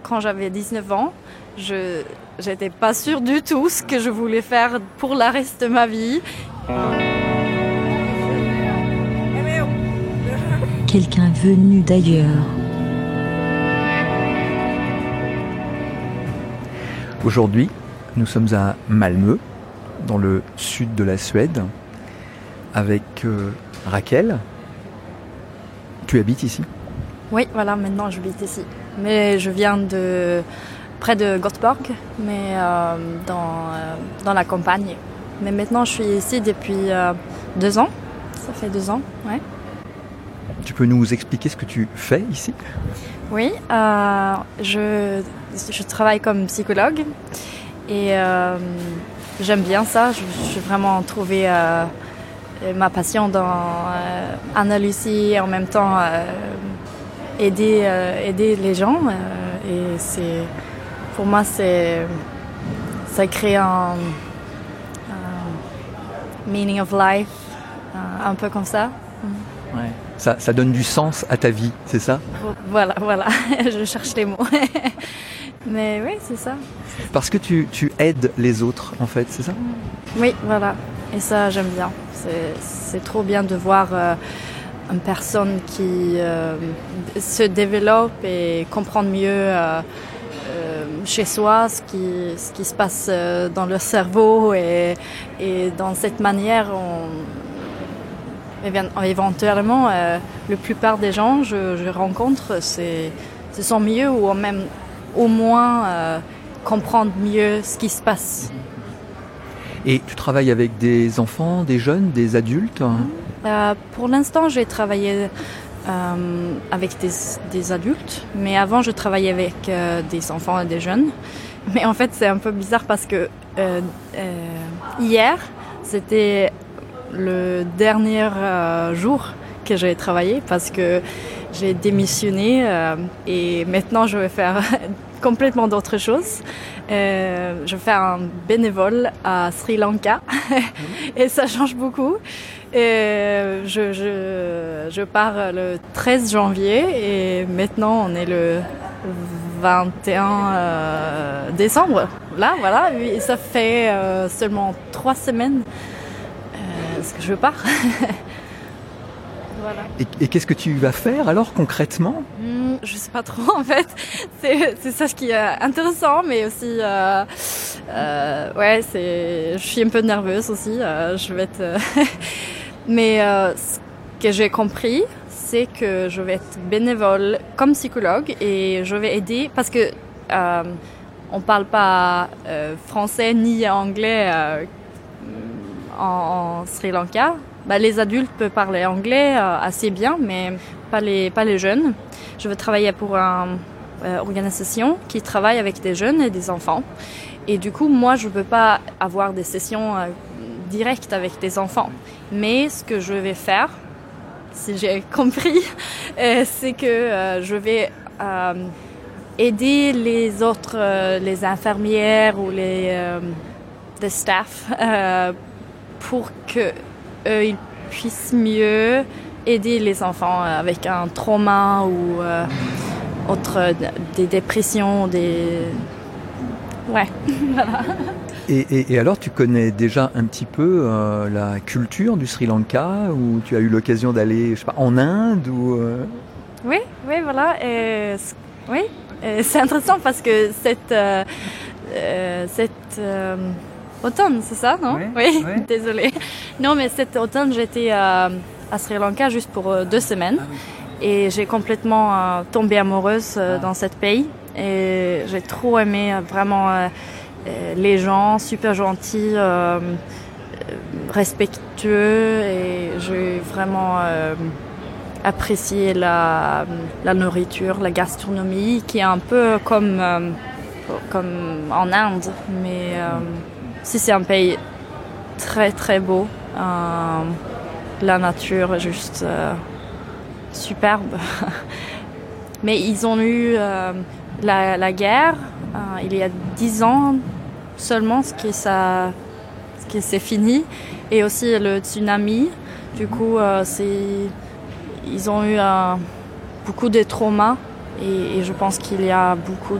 quand j'avais 19 ans, j'étais pas sûre du tout ce que je voulais faire pour le reste de ma vie. Quelqu'un venu d'ailleurs. Aujourd'hui, nous sommes à Malmö, dans le sud de la Suède, avec Raquel. Tu habites ici ? Oui, voilà, maintenant j'habite ici. Mais je viens près de Göteborg, mais dans la campagne. Mais maintenant je suis ici depuis 2 ans. Ça fait 2 ans, ouais. Tu peux nous expliquer ce que tu fais ici ? Oui, je travaille comme psychologue et j'aime bien ça. J'ai vraiment trouvé ma passion dans analyser et en même temps aider les gens. Et pour moi, ça crée un meaning of life, un peu comme ça. Ouais. Ça donne du sens à ta vie, c'est ça ? Voilà, je cherche les mots. Mais oui, c'est ça. Parce que tu aides les autres, en fait, c'est ça ? Oui, voilà. Et ça, j'aime bien. C'est trop bien de voir une personne qui se développe et comprendre mieux chez soi ce qui se passe dans le cerveau. Et dans cette manière, éventuellement, la plupart des gens que je rencontre se sont mieux ou même au moins comprendre mieux ce qui se passe. Et tu travailles avec des enfants, des jeunes, des adultes ? Pour l'instant, j'ai travaillé avec des adultes, mais avant, je travaillais avec des enfants et des jeunes. Mais en fait, c'est un peu bizarre parce que hier, c'était le dernier jour que j'ai travaillé parce que j'ai démissionné et maintenant je vais faire complètement d'autres choses. Je vais faire un bénévole à Sri Lanka et ça change beaucoup. Et je pars le 13 janvier et maintenant on est le 21 décembre. Là, voilà, et ça fait seulement 3 semaines que je pars. Voilà. Et qu'est-ce que tu vas faire alors concrètement ? Je sais pas trop en fait. C'est ça ce qui est intéressant, mais aussi je suis un peu nerveuse aussi. Je vais être. Mais ce que j'ai compris, c'est que je vais être bénévole comme psychologue et je vais aider parce que on parle pas français ni anglais. En Sri Lanka, les adultes peuvent parler anglais assez bien, mais pas les jeunes. Je veux travailler pour une organisation qui travaille avec des jeunes et des enfants. Et du coup, moi, je ne peux pas avoir des sessions directes avec des enfants. Mais ce que je vais faire, si j'ai compris, c'est que je vais aider les autres, les infirmières ou les staff pour que ils puissent mieux aider les enfants avec un trauma ou des dépressions, voilà. Et alors, tu connais déjà un petit peu la culture du Sri Lanka, ou tu as eu l'occasion d'aller, je sais pas, en Inde ou Oui, voilà. Oui, c'est intéressant parce que cette automne, c'est ça, non ? Oui. Désolée. Non, mais cet automne, j'étais à Sri Lanka juste pour 2 semaines. Et j'ai complètement tombé amoureuse dans ce pays. Et j'ai trop aimé vraiment les gens, super gentils, respectueux. Et j'ai vraiment apprécié la nourriture, la gastronomie, qui est un peu comme en Inde. Mais c'est un pays très très beau. La nature est juste superbe. Mais ils ont eu la guerre il y a 10 ans seulement, ce qui s'est fini, et aussi le tsunami. Du coup, ils ont eu beaucoup de traumas Et je pense qu'il y a beaucoup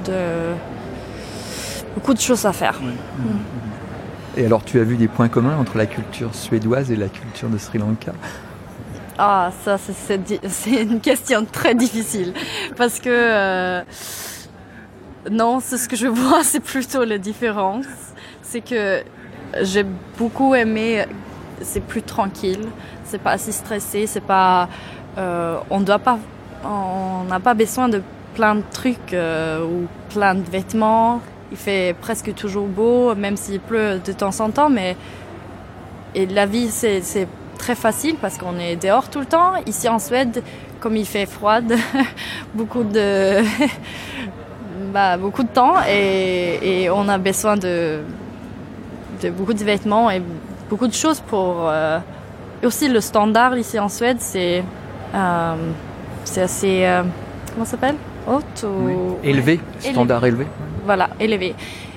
de choses à faire. Et alors, tu as vu des points communs entre la culture suédoise et la culture de Sri Lanka? Ah, ça, c'est une question très difficile. Parce que, non, c'est ce que je vois, c'est plutôt la différence. C'est que j'ai beaucoup aimé, c'est plus tranquille, c'est pas assez stressé, c'est pas, on n'a pas besoin de plein de trucs ou plein de vêtements. Il fait presque toujours beau, même s'il pleut de temps en temps, et la vie, c'est très facile parce qu'on est dehors tout le temps. Ici en Suède, comme il fait froid, beaucoup de temps et on a besoin de beaucoup de vêtements et beaucoup de choses pour... Et aussi le standard ici en Suède, c'est assez... comment ça s'appelle? Haute ou... Oui. Élevé, standard élevé. Voilà, élevé.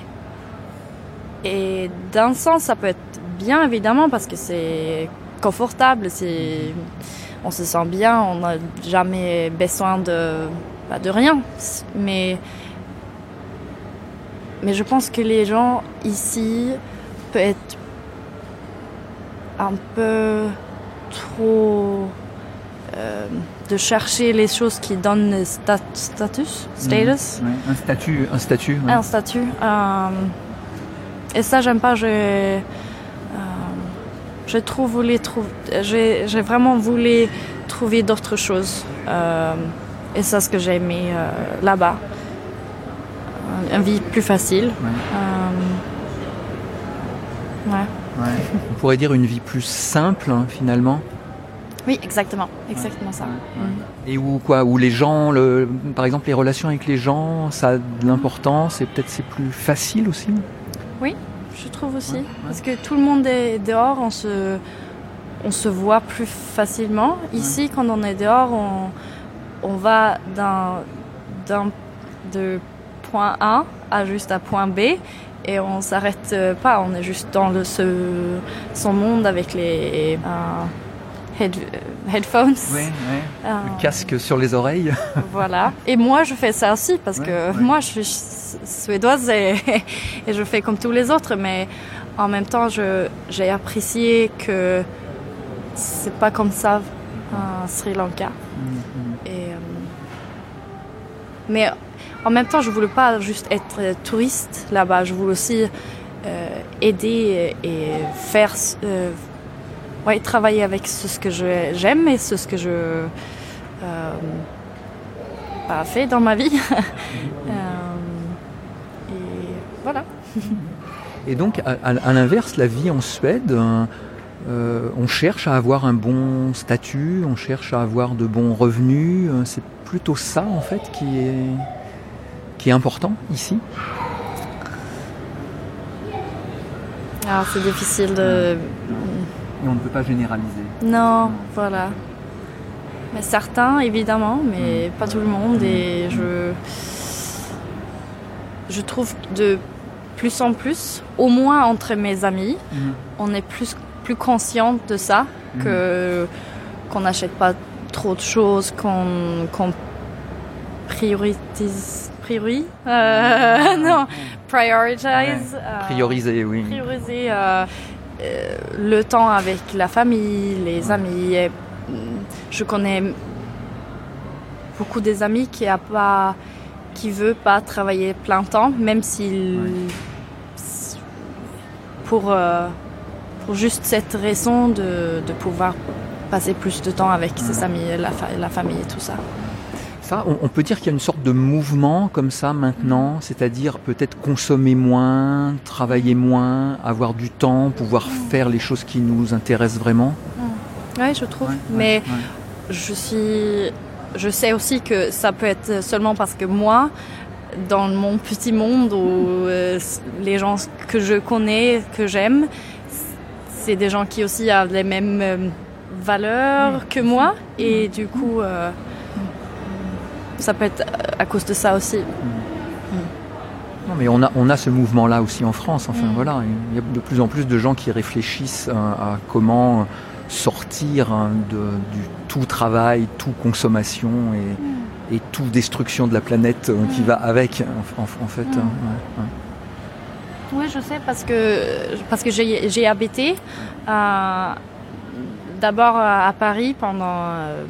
Et d'un sens, ça peut être bien évidemment parce que c'est confortable, on se sent bien, on n'a jamais besoin de rien. Mais je pense que les gens ici peuvent être un peu trop de chercher les choses qui donnent le status. Ouais, un statut. Ouais. Un statut. Et ça, j'aime pas. J'ai vraiment voulu trouver d'autres choses. Et c'est ce que j'ai aimé là-bas. Une vie plus facile. Ouais. On pourrait dire une vie plus simple, hein, finalement. Oui, exactement ça. Et où les gens, par exemple, les relations avec les gens, ça a de l'importance et peut-être c'est plus facile aussi. Oui, je trouve aussi, parce que tout le monde est dehors, on se voit plus facilement. Ici, quand on est dehors, on va de point A à juste à point B. Et on s'arrête pas, on est juste dans son monde avec les headphones. Oui. Le casque sur les oreilles. Voilà. Et moi, je fais ça aussi parce que moi, je suis suédoise et je fais comme tous les autres. Mais en même temps, j'ai apprécié que c'est pas comme ça en Sri Lanka. Mais en même temps, je voulais pas juste être touriste là-bas. Je voulais aussi aider et faire, travailler avec ce que j'aime et ce que je pas fait dans ma vie. Et voilà. Et donc, à l'inverse, la vie en Suède, on cherche à avoir un bon statut, on cherche à avoir de bons revenus. C'est plutôt ça, en fait, qui est important ici. Alors, c'est difficile de... Et on ne peut pas généraliser. Non, voilà. Mais certains, évidemment, mais pas tout le monde. Et je trouve de plus en plus, au moins entre mes amis, on est plus conscient de ça, qu'on n'achète pas trop de choses, qu'on priorise. Prioriser, oui. Prioriser le temps avec la famille, les amis. Et, je connais beaucoup des amis qui veulent pas travailler plein temps, même s'ils pour juste cette raison de pouvoir passer plus de temps avec ses amis, la famille et tout ça. Ça, on peut dire qu'il y a une sorte de mouvement comme ça maintenant, c'est-à-dire peut-être consommer moins, travailler moins, avoir du temps, pouvoir faire les choses qui nous intéressent vraiment. Oui, je trouve. Mais je sais aussi que ça peut être seulement parce que moi, dans mon petit monde où les gens que je connais, que j'aime, c'est des gens qui aussi ont les mêmes valeurs que moi. Et du coup... ça peut être à cause de ça aussi. Non, mais on a ce mouvement-là aussi en France. Enfin, voilà, il y a de plus en plus de gens qui réfléchissent à comment sortir du tout travail, tout consommation et toute destruction de la planète qui va avec, en fait. Oui, je sais, parce que j'ai habité d'abord à Paris pendant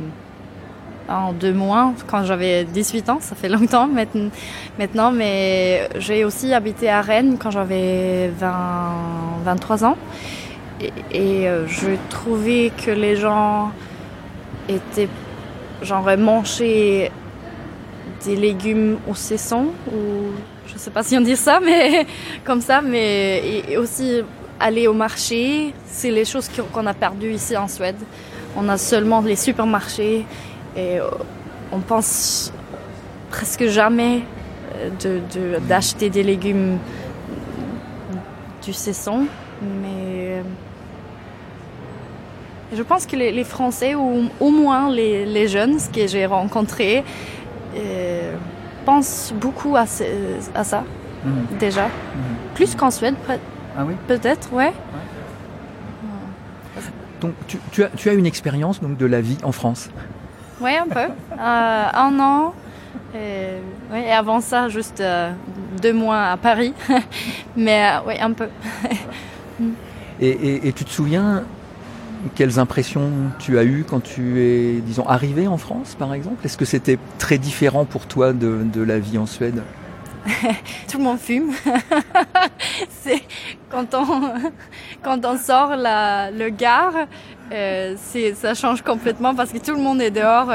2 mois, quand j'avais 18 ans, ça fait longtemps maintenant, mais j'ai aussi habité à Rennes quand j'avais 23 ans. Et je trouvais que les gens étaient, mangeaient des légumes aux saisons, ou je sais pas si on dit ça, mais comme ça, et aussi aller au marché, c'est les choses qu'on a perdues ici en Suède. On a seulement les supermarchés et on pense presque jamais d'acheter des légumes du saison, mais je pense que les Français, ou au moins les jeunes, ce que j'ai rencontrés, pensent beaucoup à ça, déjà. Plus qu'en Suède, peut-être, ouais. Donc tu as une expérience donc, de la vie en France? Oui, un peu. 1 an. Et avant ça, juste 2 mois à Paris. Mais oui, un peu. Et tu te souviens quelles impressions tu as eues quand tu es, disons, arrivé en France, par exemple? Est-ce que c'était très différent pour toi de la vie en Suède? Tout le monde fume. C'est quand on sort le gare, ça change complètement parce que tout le monde est dehors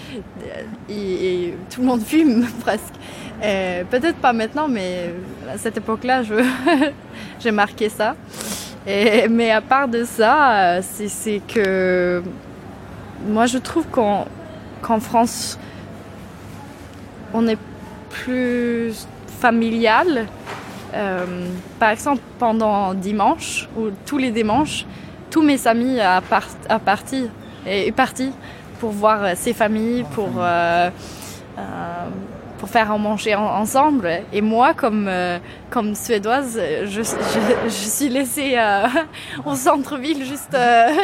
et tout le monde fume presque. Peut-être pas maintenant, mais à cette époque-là, j'ai marqué ça. Mais à part de ça, c'est que moi je trouve qu'en France, on est plus familial. Par exemple, pendant dimanche, ou tous les dimanches, tous mes amis sont partis pour voir ses familles, pour faire en manger ensemble. Et moi, comme Suédoise, je suis laissée au centre-ville, juste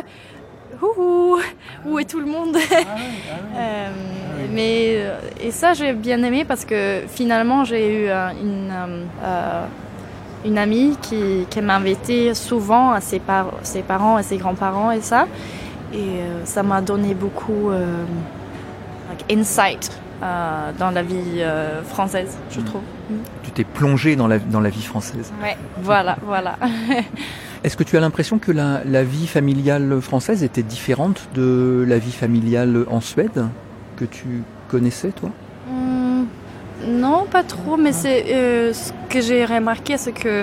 où est tout le monde. Et ça, j'ai bien aimé parce que finalement, j'ai eu une amie qui m'invitait souvent à ses parents et ses grands-parents et ça. Et ça m'a donné beaucoup insight dans la vie française, je trouve. Tu t'es plongée dans la vie française. Ouais, voilà. Est-ce que tu as l'impression que la vie familiale française était différente de la vie familiale en Suède que tu connaissais, toi? Non, pas trop, mais c'est ce que j'ai remarqué, c'est que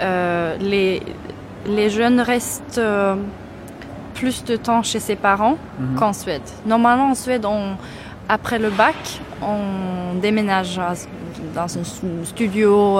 les jeunes restent plus de temps chez ses parents qu'en Suède. Normalement, en Suède, après le bac, on déménage dans un studio,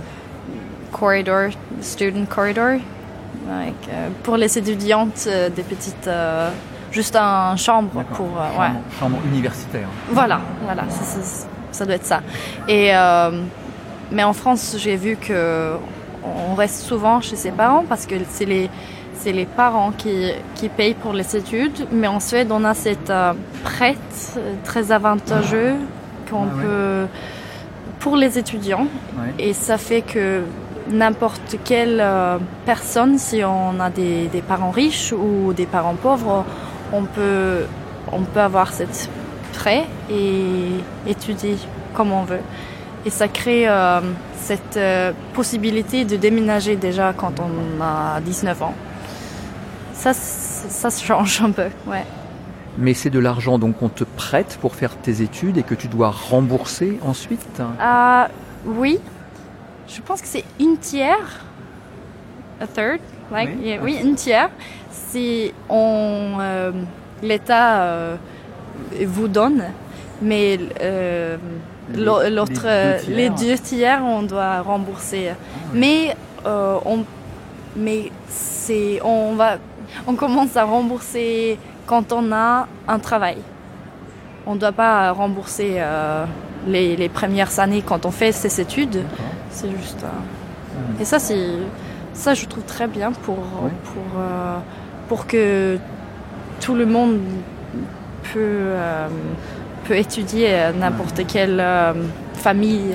student corridor, pour les étudiantes, des petites, juste une chambre. Chambre universitaire. Voilà, ça doit être ça. Mais en France, j'ai vu que on reste souvent chez ses parents parce que c'est les parents qui payent pour les études. Mais en Suède, on a cette prête très avantageuse qu'on peut pour les étudiants. Ouais. Et ça fait que n'importe quelle personne, si on a des parents riches ou des parents pauvres, on peut avoir cette prêt et étudier comme on veut. Et ça crée cette possibilité de déménager déjà quand on a 19 ans. Ça se change un peu, ouais. Mais c'est de l'argent donc qu'on te prête pour faire tes études et que tu dois rembourser ensuite? Oui. Je pense que c'est 1/3, a third, oui, 1/3. Si l'État vous donne, mais les 2/3 on doit rembourser. Mais on commence à rembourser quand on a un travail. On ne doit pas rembourser les premières années quand on fait ses études. D'accord. C'est juste. Et ça, je trouve très bien pour que tout le monde peut peut étudier n'importe quelle famille.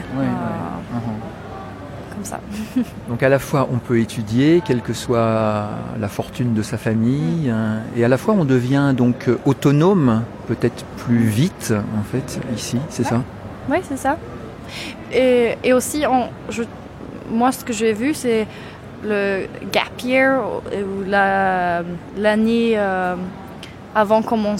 Comme ça. Donc à la fois on peut étudier, quelle que soit la fortune de sa famille, et à la fois on devient donc autonome, peut-être plus vite en fait ici, c'est ça ? Oui, c'est ça. Et aussi, moi ce que j'ai vu, c'est le gap year, ou l'année avant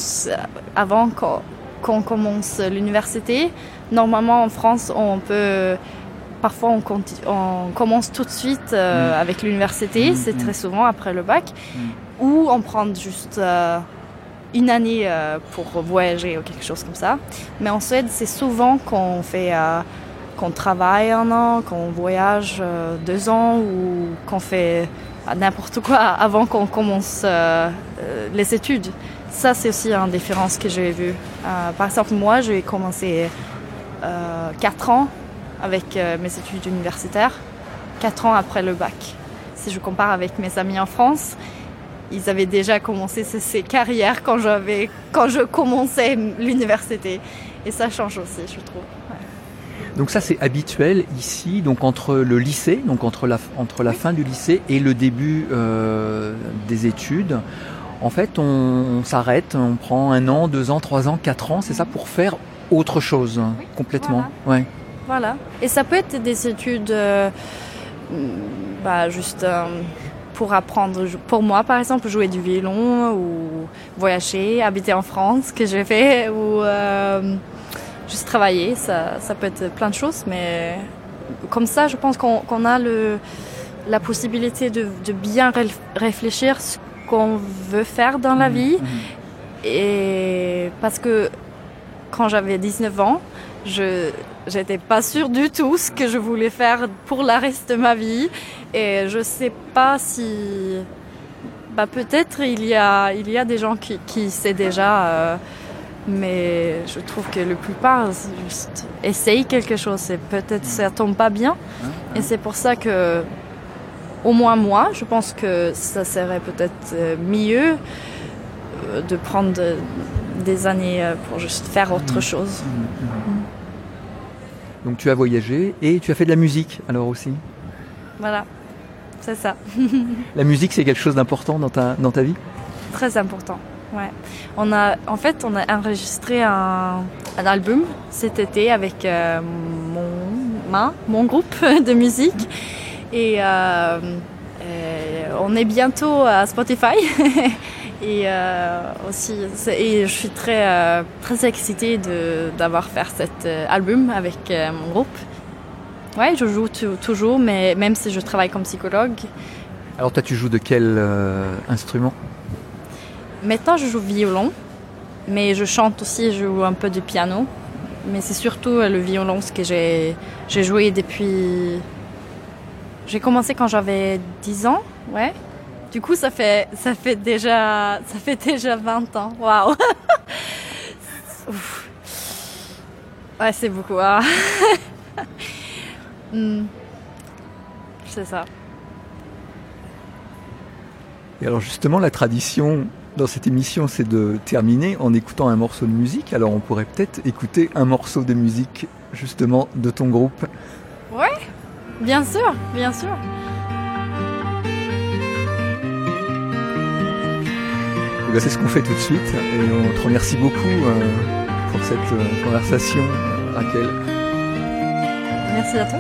qu'on commence l'université. Normalement en France, parfois on commence tout de suite avec l'université, c'est très souvent après le bac, ou on prend juste une année pour voyager ou quelque chose comme ça. Mais en Suède, c'est souvent qu'on travaille un an, qu'on voyage 2 ans, ou qu'on fait n'importe quoi avant qu'on commence les études. Ça, c'est aussi une différence que j'ai vue. Par exemple, moi, j'ai commencé 4 ans avec mes études universitaires, 4 ans après le bac. Si je compare avec mes amis en France, ils avaient déjà commencé ces carrières quand je commençais l'université. Et ça change aussi, je trouve. Ouais. Donc ça, c'est habituel ici, donc entre le lycée, donc entre la fin du lycée et le début des études. En fait, on s'arrête, on prend 1 an, 2 ans, 3 ans, 4 ans, c'est ça, pour faire autre chose, complètement. Voilà. Ouais. Voilà. Et ça peut être des études juste pour apprendre. Pour moi, par exemple, jouer du violon, ou voyager, habiter en France, que j'ai fait, ou juste travailler. Ça peut être plein de choses, mais comme ça, je pense qu'on a la possibilité de bien réfléchir ce qu'on veut faire dans la vie. Et parce que quand j'avais 19 ans, j'étais pas sûre du tout ce que je voulais faire pour le reste de ma vie, et je sais pas si peut-être il y a des gens qui savent déjà, mais je trouve que la plupart juste essayent quelque chose et peut-être ça tombe pas bien, et c'est pour ça que au moins moi je pense que ça serait peut-être mieux de prendre des années pour juste faire autre chose. Donc tu as voyagé et tu as fait de la musique alors aussi. Voilà, c'est ça. La musique, c'est quelque chose d'important dans ta vie ? Très important, ouais. On a enregistré un album cet été avec mon groupe de musique, et on est bientôt à Spotify. Et je suis très excitée d'avoir fait cet album avec mon groupe. Ouais, je joue toujours, mais même si je travaille comme psychologue. Alors toi, tu joues de quel instrument ? Maintenant, je joue violon, mais je chante aussi, je joue un peu de piano. Mais c'est surtout le violon, ce que j'ai joué depuis... J'ai commencé quand j'avais 10 ans, ouais. Du coup, ça fait déjà 20 ans. Waouh. Ouais, c'est beaucoup. Hein. C'est ça. Et alors justement, la tradition dans cette émission, c'est de terminer en écoutant un morceau de musique. Alors on pourrait peut-être écouter un morceau de musique justement de ton groupe. Ouais, bien sûr, bien sûr. C'est ce qu'on fait tout de suite, et on te remercie beaucoup pour cette conversation, Raquel. Merci à toi.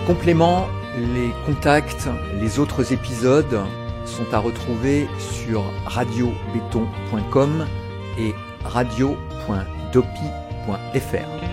complément, les contacts, les autres épisodes sont à retrouver sur radiobéton.com et radio.dopi.fr.